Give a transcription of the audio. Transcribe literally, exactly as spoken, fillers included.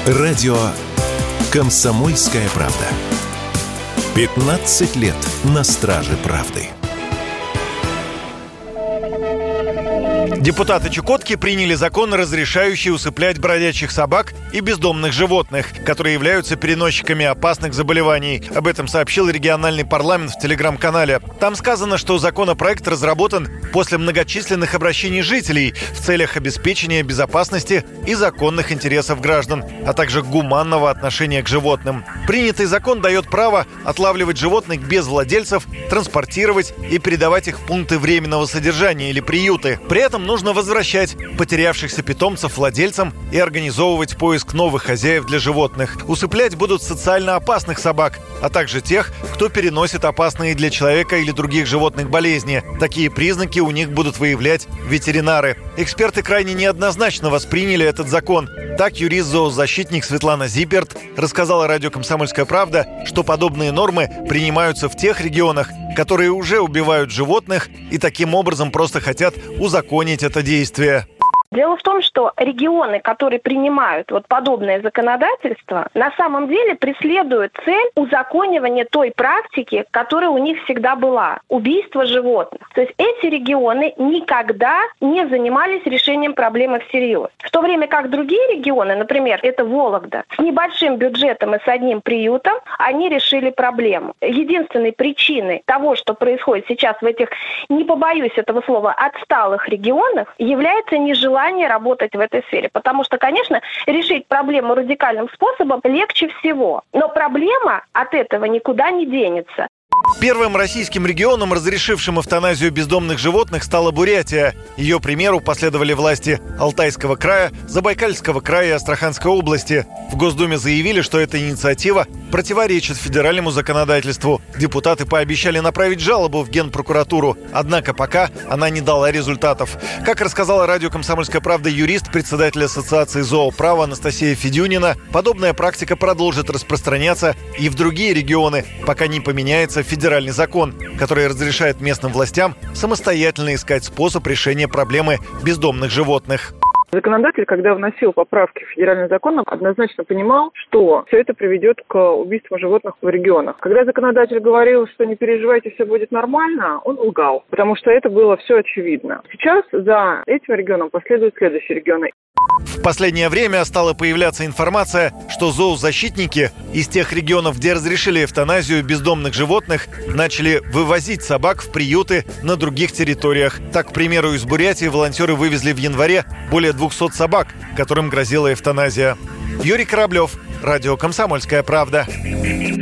Радио «Комсомольская правда». пятнадцать лет на страже правды. Депутаты Чукотки приняли закон, разрешающий усыплять бродячих собак и бездомных животных, которые являются переносчиками опасных заболеваний. Об этом сообщил региональный парламент в телеграм-канале. Там сказано, что законопроект разработан после многочисленных обращений жителей в целях обеспечения безопасности и законных интересов граждан, а также гуманного отношения к животным. Принятый закон дает право отлавливать животных без владельцев, транспортировать и передавать их в пункты временного содержания или приюты. При этом нужно возвращать потерявшихся питомцев владельцам и организовывать поиск новых хозяев для животных. Усыплять будут социально опасных собак, а также тех, кто переносит опасные для человека или других животных болезни. Такие признаки у них будут выявлять ветеринары. Эксперты крайне неоднозначно восприняли этот закон. Так юрист-зоозащитник Светлана Зиперт рассказала радио «Комсомольская правда», что подобные нормы принимаются в тех регионах, которые уже убивают животных и таким образом просто хотят узаконить это действие. Дело в том, что регионы, которые принимают вот подобное законодательство, на самом деле преследуют цель узаконивания той практики, которая у них всегда была – убийство животных. То есть эти регионы никогда не занимались решением проблемы всерьез. В то время как другие регионы, например, это Вологда, с небольшим бюджетом и с одним приютом, они решили проблему. Единственной причиной того, что происходит сейчас в этих, не побоюсь этого слова, отсталых регионах, является нежелание работать в этой сфере. Потому что, конечно, решить проблему радикальным способом легче всего. Но проблема от этого никуда не денется. Первым российским регионом, разрешившим эвтаназию бездомных животных, стала Бурятия. Ее примеру последовали власти Алтайского края, Забайкальского края и Астраханской области. В Госдуме заявили, что эта инициатива противоречит федеральному законодательству. Депутаты пообещали направить жалобу в Генпрокуратуру, однако пока она не дала результатов. Как рассказала радио «Комсомольская правда» юрист, председатель Ассоциации зооправа Анастасия Федюнина, подобная практика продолжит распространяться и в другие регионы, пока не поменяется федеральный закон, который разрешает местным властям самостоятельно искать способ решения проблемы бездомных животных. Законодатель, когда вносил поправки в федеральный закон, однозначно понимал, что все это приведет к убийству животных в регионах. Когда законодатель говорил, что не переживайте, все будет нормально, он лгал, потому что это было все очевидно. Сейчас за этим регионом последуют следующие регионы. В последнее время стала появляться информация, что зоозащитники из тех регионов, где разрешили эвтаназию бездомных животных, начали вывозить собак в приюты на других территориях. Так, к примеру, из Бурятии волонтеры вывезли в январе более двухсот собак, которым грозила эвтаназия. Юрий Кораблев, радио «Комсомольская правда».